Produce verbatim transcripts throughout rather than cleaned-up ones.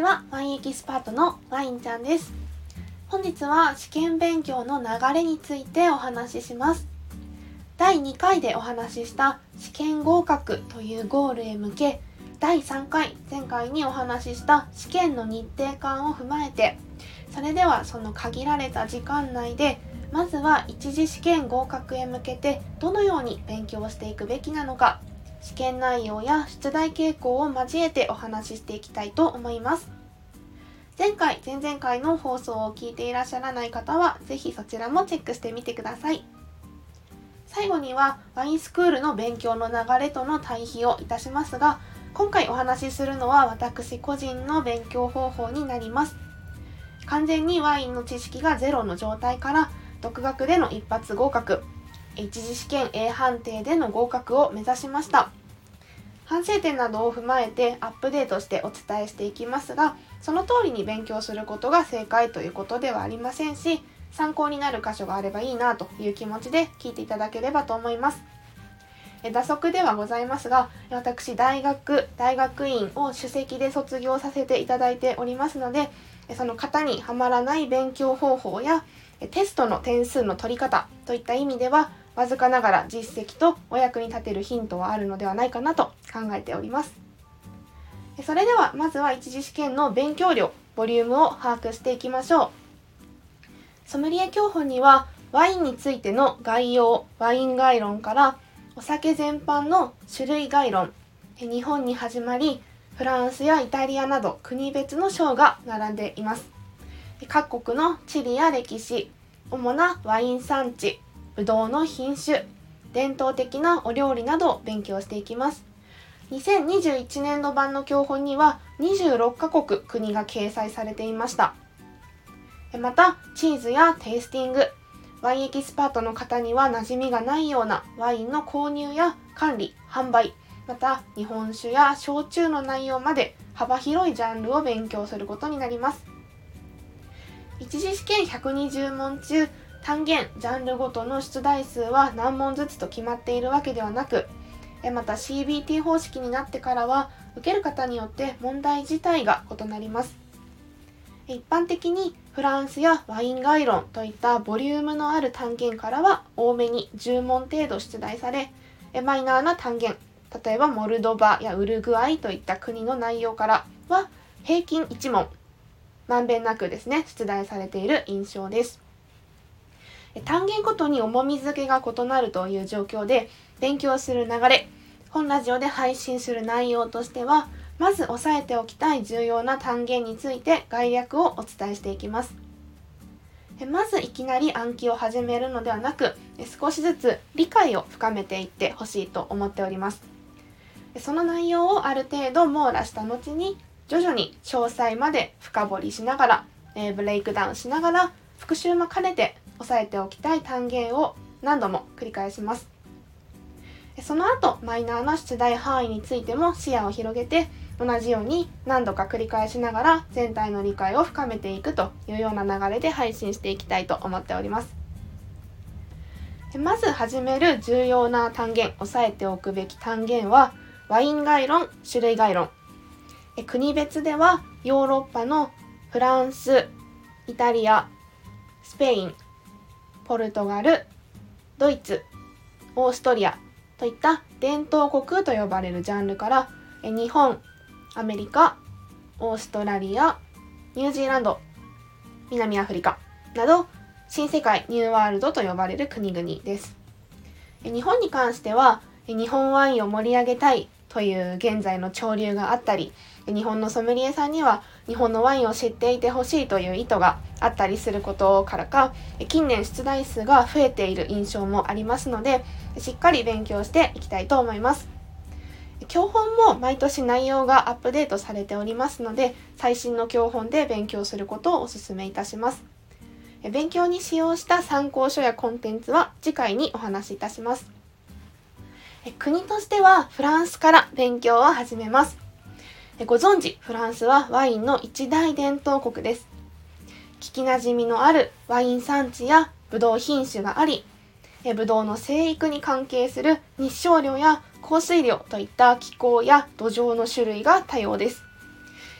は、ワインエキスパートのワインちゃんです。本日は試験勉強の流れについてお話しします。だいにかいでお話しした試験合格というゴールへ向け、だいさんかい、前回にお話しした試験の日程感を踏まえて、それではその限られた時間内で、まずは一次試験合格へ向けてどのように勉強していくべきなのか、試験内容や出題傾向を交えてお話ししていきたいと思います。前回、前々回の放送を聞いていらっしゃらない方は、ぜひそちらもチェックしてみてください。最後には、ワインスクールの勉強の流れとの対比をいたしますが、今回お話しするのは私個人の勉強方法になります。完全にワインの知識がゼロの状態から、独学での一発合格、一次試験 A 判定での合格を目指しました。反省点などを踏まえてアップデートしてお伝えしていきますが、その通りに勉強することが正解ということではありませんし、参考になる箇所があればいいなという気持ちで聞いていただければと思います。打足ではございますが、私大学、大学院を首席で卒業させていただいておりますので、その型にはまらない勉強方法やテストの点数の取り方といった意味では、わずかながら実績とお役に立てるヒントはあるのではないかなと考えております。それではまずは一次試験の勉強量、ボリュームを把握していきましょう。ソムリエ教本にはワインについての概要、ワイン概論からお酒全般の種類概論、日本に始まりフランスやイタリアなど国別の章が並んでいます。各国の地理や歴史、主なワイン産地、ブドウの品種、伝統的なお料理などを勉強していきます。にせんにじゅういちねんど版の教本にはにじゅうろっかこく国が掲載されていました。また、チーズやテイスティング、ワインエキスパートの方には馴染みがないようなワインの購入や管理、販売、また日本酒や焼酎の内容まで幅広いジャンルを勉強することになります。一次試験ひゃくにじゅうもん中、単元、ジャンルごとの出題数は何問ずつと決まっているわけではなく、また シービーティー 方式になってからは、受ける方によって問題自体が異なります。一般的にフランスやワイン概論といったボリュームのある単元からは多めにじゅうもん程度出題され、マイナーな単元、例えばモルドバやウルグアイといった国の内容からは平均いちもん、まんべんなくですね、出題されている印象です。単元ごとに重み付けが異なるという状況で、勉強する流れ、本ラジオで配信する内容としては、まず押さえておきたい重要な単元について概略をお伝えしていきます。まずいきなり暗記を始めるのではなく、少しずつ理解を深めていってほしいと思っております。その内容をある程度網羅した後に、徐々に詳細まで深掘りしながら、ブレイクダウンしながら、復習も兼ねて押さえておきたい単元を何度も繰り返します。その後、マイナーな出題範囲についても視野を広げて、同じように何度か繰り返しながら全体の理解を深めていくというような流れで配信していきたいと思っております。まず始める重要な単元、押さえておくべき単元は、ワイン概論、種類概論。国別ではヨーロッパのフランス、イタリア、スペイン、ポルトガル、ドイツ、オーストリアといった伝統国と呼ばれるジャンルから、日本、アメリカ、オーストラリア、ニュージーランド、南アフリカなど新世界、ニューワールドと呼ばれる国々です。日本に関しては、日本ワインを盛り上げたいという現在の潮流があったり、日本のソムリエさんには日本のワインを知っていてほしいという意図があったりすることからか、近年出題数が増えている印象もありますので、しっかり勉強していきたいと思います。教本も毎年内容がアップデートされておりますので、最新の教本で勉強することをお勧めいたします。勉強に使用した参考書やコンテンツは次回にお話しいたします。国としてはフランスから勉強を始めます。ご存知、フランスはワインの一大伝統国です。聞きなじみのあるワイン産地やブドウ品種があり、ブドウの生育に関係する日照量や降水量といった気候や土壌の種類が多様です。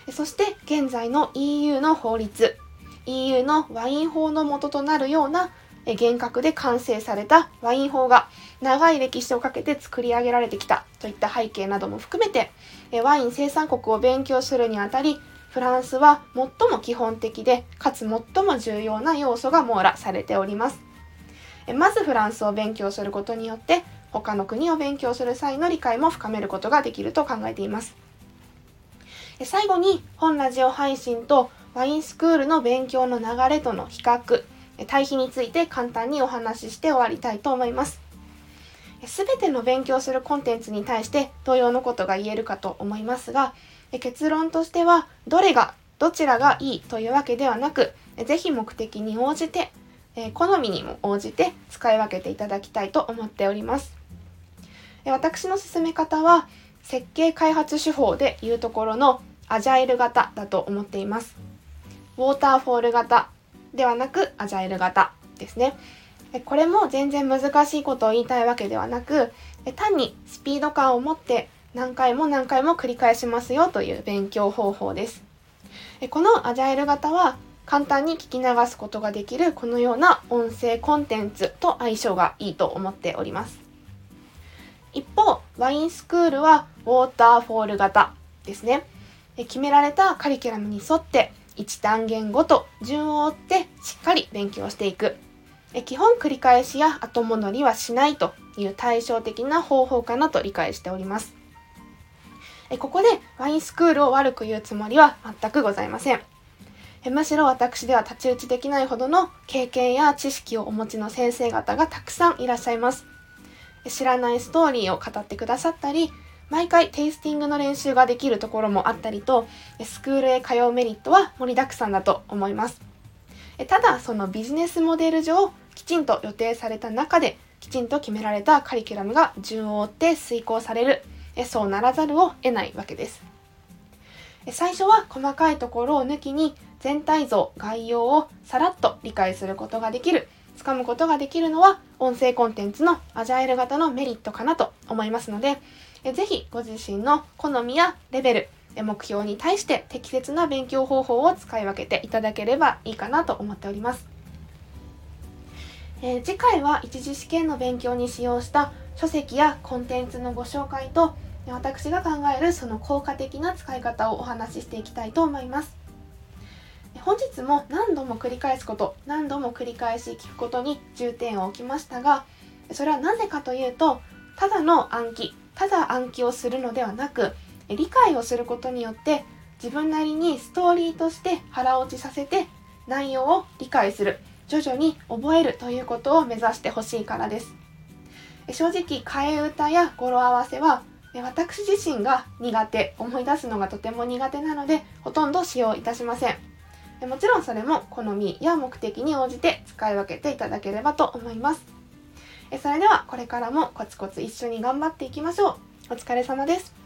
そして現在の イーユー の法律、イーユー のワイン法の元となるような厳格で完成されたワイン法が長い歴史をかけて作り上げられてきたといった背景なども含めて、ワイン生産国を勉強するにあたり、フランスは最も基本的でかつ最も重要な要素が網羅されております。まずフランスを勉強することによって他の国を勉強する際の理解も深めることができると考えています。最後に本ラジオ配信とワインスクールの勉強の流れとの比較、対比について簡単にお話しして終わりたいと思います。すべての勉強するコンテンツに対して同様のことが言えるかと思いますが、結論としてはどれがどちらがいいというわけではなく、ぜひ目的に応じて、好みにも応じて使い分けていただきたいと思っております。私の進め方は設計開発手法でいうところのアジャイル型だと思っています。ウォーターフォール型ではなくアジャイル型ですね。これも全然難しいことを言いたいわけではなく、単にスピード感を持って何回も何回も繰り返しますよという勉強方法です。このアジャイル型は簡単に聞き流すことができるこのような音声コンテンツと相性がいいと思っております。一方、ワインスクールはウォーターフォール型ですね。決められたカリキュラムに沿っていち単元ごと順を追ってしっかり勉強していく。基本繰り返しや後戻りはしないという対照的な方法かなと理解しております。ここでワインスクールを悪く言うつもりは全くございません。むしろ私では太刀打ちできないほどの経験や知識をお持ちの先生方がたくさんいらっしゃいます。知らないストーリーを語ってくださったり、毎回テイスティングの練習ができるところもあったりと、スクールへ通うメリットは盛りだくさんだと思います。ただそのビジネスモデル上きちんと予定された中できちんと決められたカリキュラムが順を追って遂行される、そうならざるを得ないわけです。最初は細かいところを抜きに全体像概要をさらっと理解することができる、つかむことができるのは音声コンテンツのアジャイル型のメリットかなと思いますので、ぜひご自身の好みやレベル、目標に対して適切な勉強方法を使い分けていただければいいかなと思っております。えー、次回は一次試験の勉強に使用した書籍やコンテンツのご紹介と、私が考えるその効果的な使い方をお話ししていきたいと思います。本日も何度も繰り返すこと、何度も繰り返し聞くことに重点を置きましたが、それはなぜかというと、ただの暗記、ただ暗記をするのではなく、理解をすることによって自分なりにストーリーとして腹落ちさせて内容を理解する、徐々に覚えるということを目指してほしいからです。正直替え歌や語呂合わせは私自身が苦手、思い出すのがとても苦手なのでほとんど使用いたしません。もちろんそれも好みや目的に応じて使い分けていただければと思います。それではこれからもコツコツ一緒に頑張っていきましょう。お疲れ様です。